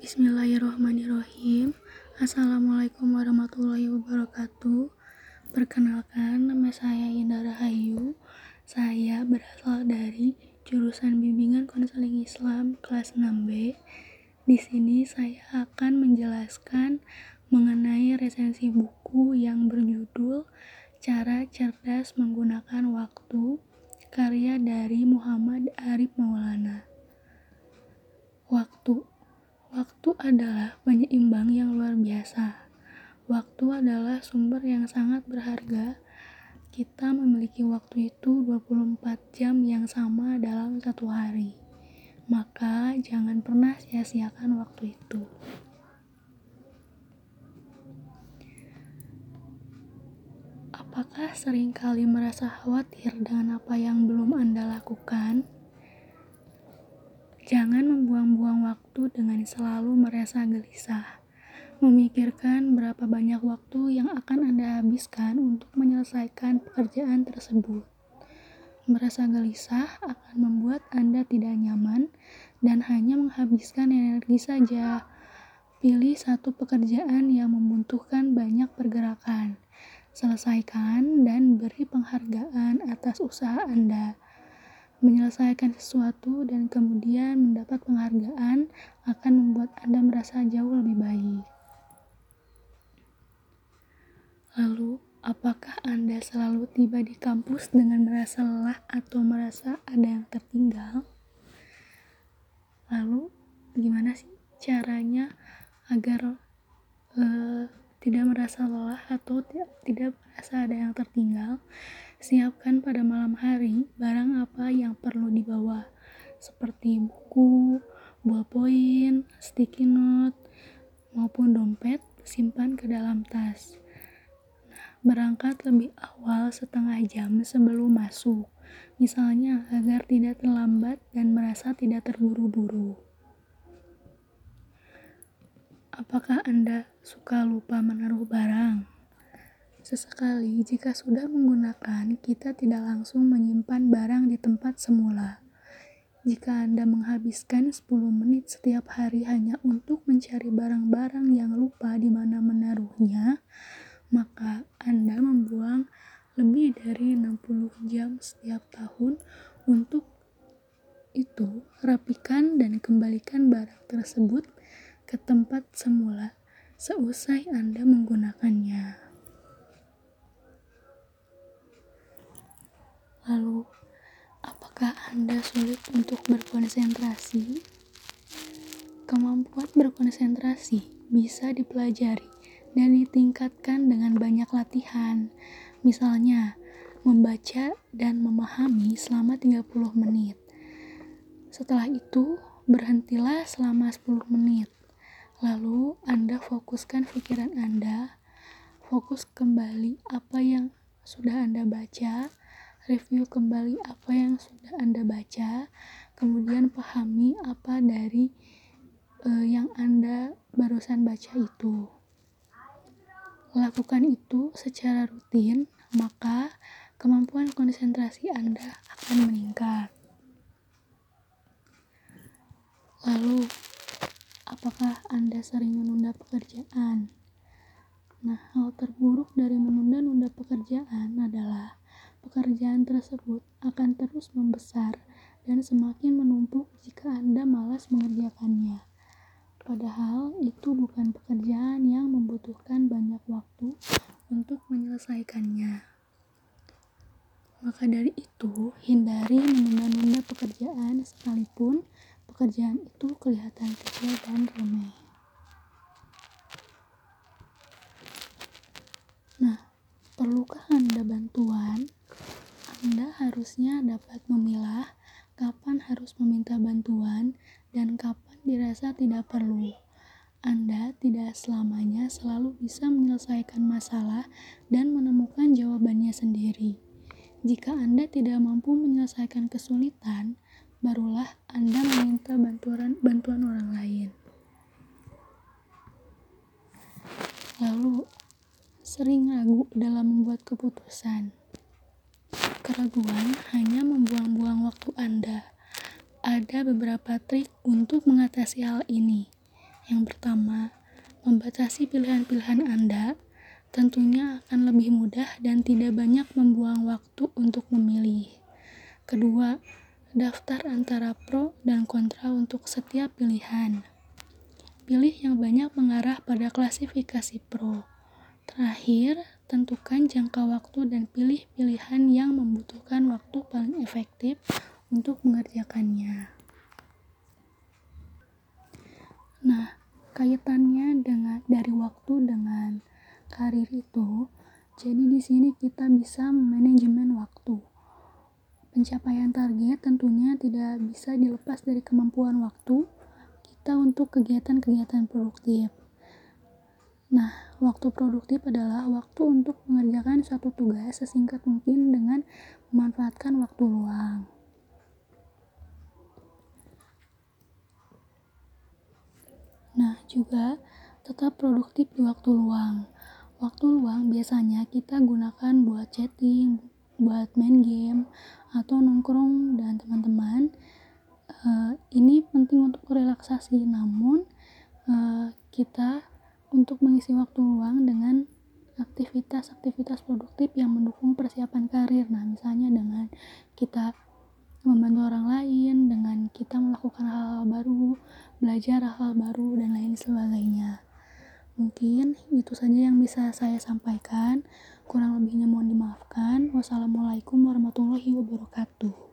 Bismillahirrahmanirrahim. Assalamualaikum warahmatullahi wabarakatuh. Perkenalkan, nama saya Indah Rahayu. Saya berasal dari jurusan Bimbingan Konseling Islam kelas 6B. Di sini saya akan menjelaskan mengenai resensi buku yang berjudul Cara Cerdas Menggunakan Waktu, karya dari Muhammad Arif Maulana. Waktu adalah penyeimbang yang luar biasa. Waktu adalah sumber yang sangat berharga. Kita memiliki waktu itu 24 jam yang sama dalam satu hari. Maka jangan pernah sia-siakan waktu itu. Apakah sering kali merasa khawatir dengan apa yang belum Anda lakukan? Jangan membuang-buang waktu dengan selalu merasa gelisah, memikirkan berapa banyak waktu yang akan Anda habiskan untuk menyelesaikan pekerjaan tersebut. Merasa gelisah akan membuat Anda tidak nyaman dan hanya menghabiskan energi saja. Pilih satu pekerjaan yang membutuhkan banyak pergerakan. Selesaikan dan beri penghargaan atas usaha Anda. Menyelesaikan sesuatu dan kemudian mendapat penghargaan akan membuat Anda merasa jauh lebih baik. Lalu, apakah Anda selalu tiba di kampus dengan merasa lelah atau merasa ada yang tertinggal? Lalu, gimana sih caranya agar tidak merasa lelah atau tidak merasa ada yang tertinggal? Siapkan pada malam hari barang apa yang perlu dibawa, seperti buku, ballpoint, sticky note, maupun dompet, simpan ke dalam tas. Berangkat lebih awal setengah jam sebelum masuk, misalnya agar tidak terlambat dan merasa tidak terburu-buru. Apakah Anda suka lupa menaruh barang? Sesekali, jika sudah menggunakan, kita tidak langsung menyimpan barang di tempat semula. Jika Anda menghabiskan 10 menit setiap hari hanya untuk mencari barang-barang yang lupa di mana menaruhnya, maka Anda membuang lebih dari 60 jam setiap tahun. Untuk itu, rapikan dan kembalikan barang tersebut ke tempat semula seusai Anda menggunakannya. Lalu, apakah Anda sulit untuk berkonsentrasi? Kemampuan berkonsentrasi bisa dipelajari dan ditingkatkan dengan banyak latihan. Misalnya, membaca dan memahami selama 30 menit. Setelah itu, berhentilah selama 10 menit. Lalu, Anda fokuskan pikiran Anda, fokus kembali apa yang sudah Anda baca, review kembali apa yang sudah Anda baca, kemudian pahami apa dari yang Anda barusan baca itu. Lakukan itu secara rutin, maka kemampuan konsentrasi Anda akan meningkat. Lalu, apakah Anda sering menunda pekerjaan? Nah, hal terburuk dari menunda-nunda pekerjaan adalah pekerjaan tersebut akan terus membesar dan semakin menumpuk jika Anda malas mengerjakannya. Padahal itu bukan pekerjaan yang membutuhkan banyak waktu untuk menyelesaikannya. Maka dari itu, hindari menunda-nunda pekerjaan sekalipun pekerjaan itu kelihatan kecil dan remeh. Nah, perlukah Anda bantuan? Anda harusnya dapat memilah kapan harus meminta bantuan dan kapan dirasa tidak perlu. Anda tidak selamanya selalu bisa menyelesaikan masalah dan menemukan jawabannya sendiri. Jika Anda tidak mampu menyelesaikan kesulitan, barulah Anda meminta bantuan orang lain. Lalu, sering ragu dalam membuat keputusan. Keraguan hanya membuang-buang waktu Anda. Ada beberapa trik untuk mengatasi hal ini. Yang pertama, membatasi pilihan-pilihan Anda tentunya akan lebih mudah dan tidak banyak membuang waktu untuk memilih. Kedua, daftar antara pro dan kontra untuk setiap pilihan. Pilih yang banyak mengarah pada klasifikasi pro. Terakhir, tentukan jangka waktu dan pilih pilihan yang membutuhkan waktu paling efektif untuk mengerjakannya. Nah, kaitannya dari waktu dengan karir itu, jadi di sini kita bisa manajemen waktu. Pencapaian target tentunya tidak bisa dilepas dari kemampuan waktu kita untuk kegiatan-kegiatan produktif. Nah, waktu produktif adalah waktu untuk mengerjakan suatu tugas sesingkat mungkin dengan memanfaatkan waktu luang. Nah, juga tetap produktif di waktu luang. Waktu luang biasanya kita gunakan buat chatting, buat main game, atau nongkrong dan teman-teman. Ini penting untuk relaksasi, namun kita untuk mengisi waktu luang dengan aktivitas-aktivitas produktif yang mendukung persiapan karir. Nah, misalnya dengan kita membantu orang lain, dengan kita melakukan hal-hal baru, belajar hal-hal baru, dan lain sebagainya. Mungkin itu saja yang bisa saya sampaikan. Kurang lebihnya mohon dimaafkan. Wassalamualaikum warahmatullahi wabarakatuh.